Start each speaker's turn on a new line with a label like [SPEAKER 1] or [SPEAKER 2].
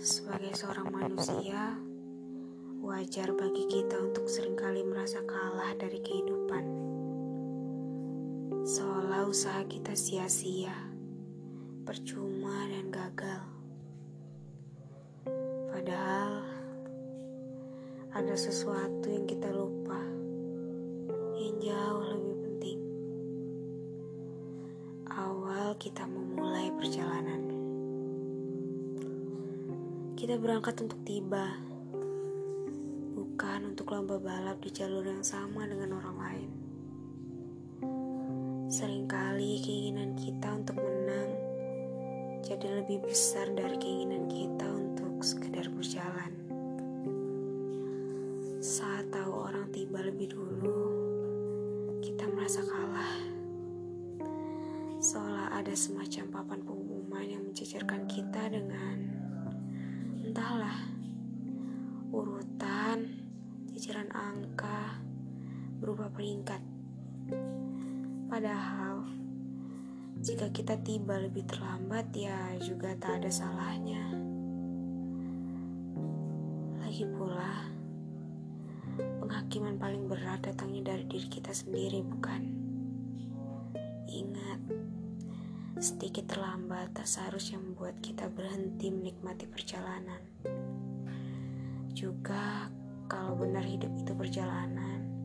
[SPEAKER 1] Sebagai seorang manusia, wajar bagi kita untuk seringkali merasa kalah dari kehidupan. Seolah usaha kita sia-sia, percuma dan gagal. Padahal ada sesuatu yang kita lupa, yang jauh lebih penting. Awal kita memulai perjalanan. Kita berangkat untuk tiba, bukan untuk lomba balap di jalur yang sama dengan orang lain. Seringkali keinginan kita untuk menang jadi lebih besar dari keinginan kita untuk sekedar berjalan. Saat tahu orang tiba lebih dulu, kita merasa kalah. Seolah ada semacam papan pengumuman yang mencecerkan kita dengan entahlah, urutan, jajaran angka, berupa peringkat. Padahal, jika kita tiba lebih terlambat, ya juga tak ada salahnya. Lagi pula, penghakiman paling berat datangnya dari diri kita sendiri, bukan? Ingat, sedikit terlambat tak seharusnya membuat kita berhenti menikmati perjalanan. Juga, kalau benar hidup itu perjalanan,